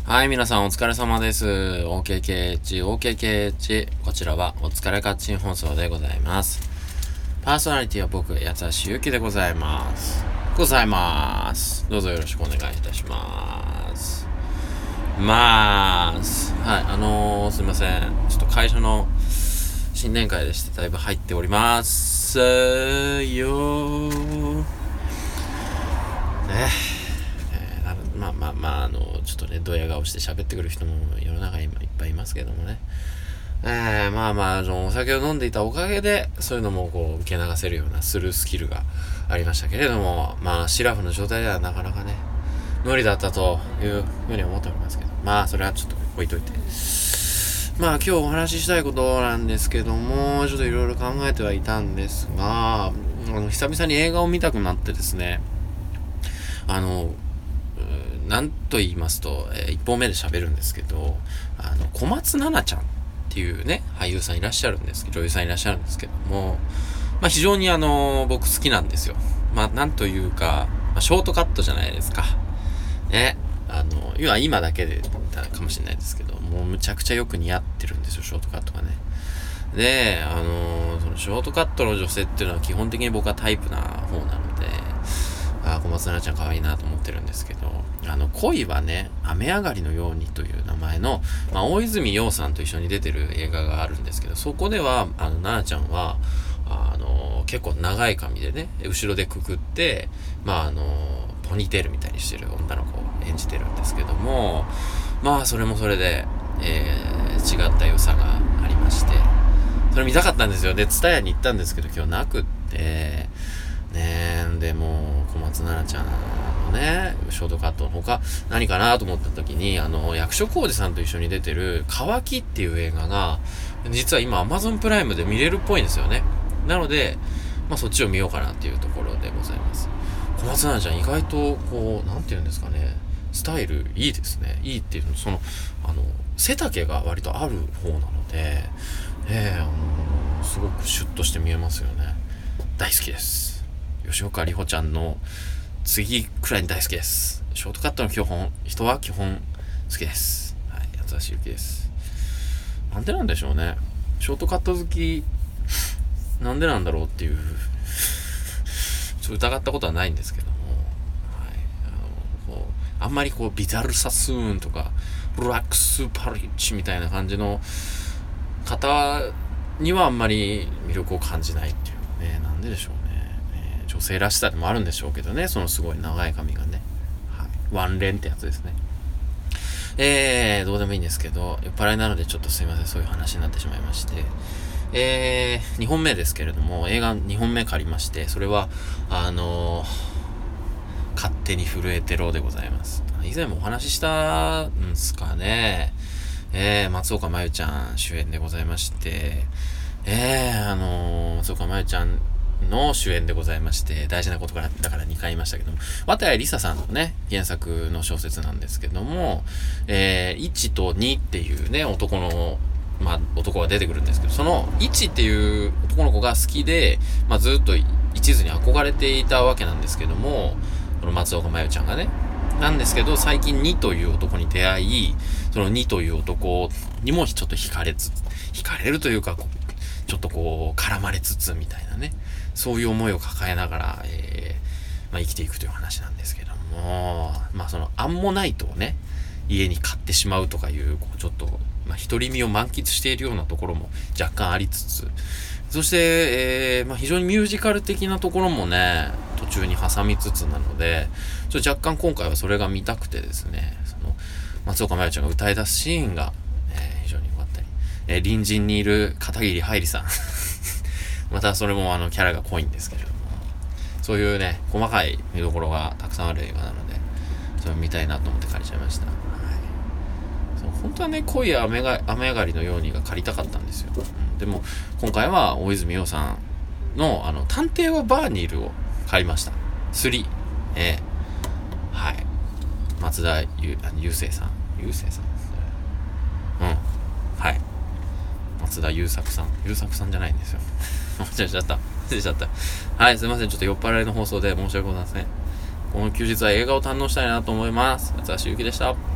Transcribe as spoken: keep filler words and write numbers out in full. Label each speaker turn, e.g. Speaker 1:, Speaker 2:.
Speaker 1: はい、皆さんお疲れ様です。オーケーケーエイチ、オーケーケーエイチ。こちらはお疲れカッチン放送でございます。パーソナリティは僕、八橋ゆきでございます。ございます。どうぞよろしくお願いいたします。まーす。はい、あのー、すいません。ちょっと会社の新年会でしてだいぶ入っております。よー。ね。まあまあまあ、あの、ちょっとね、ドヤ顔して喋ってくる人も世の中にいっぱいいますけどもね。えー、まあまあ、あの、お酒を飲んでいたおかげで、そういうのもこう、受け流せるようなスルースキルがありましたけれども、まあ、シラフの状態ではなかなかね、無理だったというふうに思っておりますけど、まあ、それはちょっと置いといて。まあ、今日お話ししたいことなんですけども、ちょっといろいろ考えてはいたんですが、あの、久々に映画を見たくなってですね、あの、なんと言いますと、えー、一本目で喋るんですけど、あの、小松菜奈ちゃんっていうね、俳優さんいらっしゃるんですけど、女優さんいらっしゃるんですけども、まあ非常にあの、僕好きなんですよ。まあなんというか、まあ、ショートカットじゃないですか。ね。あの、今、今だけでかもしれないですけど、もうむちゃくちゃよく似合ってるんですよ、ショートカットがね。で、あの、そのショートカットの女性っていうのは基本的に僕はタイプな方なので、あ、小松菜奈ちゃん可愛いなと思ってるんですけど、あの、恋はね、雨上がりのようにという名前の、まあ、大泉洋さんと一緒に出てる映画があるんですけど、そこでは、あの、奈々ちゃんは、あの、結構長い髪でね、後ろでくくって、まあ、あの、ポニーテールみたいにしてる女の子を演じてるんですけども、まあ、それもそれで、えー、違った良さがありまして、それ見たかったんですよ。で、ツタヤに行ったんですけど、今日なくって、ねえ、でも、小松菜奈ちゃんのね、ショートカットの他、何かなと思った時に、あの、役所広司さんと一緒に出てる、乾きっていう映画が、実は今 Amazon プライムで見れるっぽいんですよね。なので、まあそっちを見ようかなっていうところでございます。小松菜奈ちゃん意外と、こう、なんていうんですかね、スタイルいいですね。いいっていうの、その、あの、背丈が割とある方なので、ええー、あの、すごくシュッとして見えますよね。大好きです。吉岡里帆ちゃんの次くらいに大好きです。ショートカットの基本、人は基本好きです。はい、八橋ゆきです。なんでなんでしょうね。ショートカット好き、なんでなんだろうっていう、ちょっと疑ったことはないんですけども、はい、あのこうあんまりこうビザルサスーンとか、ブラックスパリッチみたいな感じの方にはあんまり魅力を感じないっていうね、なんででしょうね。女性らしさでもあるんでしょうけどね、そのすごい長い髪がね、はい、ワンレンってやつですね。えー、どうでもいいんですけど、酔っ払いなのでちょっとすいません、そういう話になってしまいまして、えー、にほんめですけれども、映画にほんめ借りまして、それはあのー、勝手に震えてろでございます。以前もお話ししたんすかね。えー、松岡茉優ちゃん主演でございまして、えー、あのー、松岡茉優ちゃんの主演でございまして、大事なことから、だからにかい言いましたけども、綿谷りささんのね、原作の小説なんですけども、えー、いちとにっていうね、男の、まあ、男が出てくるんですけど、そのいちっていう男の子が好きで、まあ、ずっと一途に憧れていたわけなんですけども、この松岡茉優ちゃんがね、なんですけど、最近にという男に出会い、そのにという男にもちょっと惹かれつつ、惹かれるというか、ちょっとこう、絡まれつつみたいなね、そういう思いを抱えながら、えー、まあ、生きていくという話なんですけども、まあそのアンモナイトをね、家に買ってしまうとかいう、こうちょっと、まあ独り身を満喫しているようなところも若干ありつつ、そして、えー、まあ非常にミュージカル的なところもね、途中に挟みつつなので、ちょっと若干今回はそれが見たくてですね、その、松岡茉優ちゃんが歌い出すシーンが、えー、非常に良かったり、えー、隣人にいる片桐はいりさん。またそれもあのキャラが濃いんですけれども、そういうね、細かい見どころがたくさんある映画なので、それを見たいなと思って借りちゃいました。はい、そう本当はね、濃い雨が雨上がりのようにが借りたかったんですよ。うん、でも今回は大泉洋さんのあの探偵はバーニールを借りました。スリー、えー、はい、松田ゆゆうせいさん、ゆうせいさん、うん、はい。松田優作さん。優作さんじゃないんですよ。間違えちゃった。失礼しちゃった。はい、すいません。ちょっと酔っ払いの放送で申し訳ございません。この休日は映画を堪能したいなと思います。八橋ゆきでした。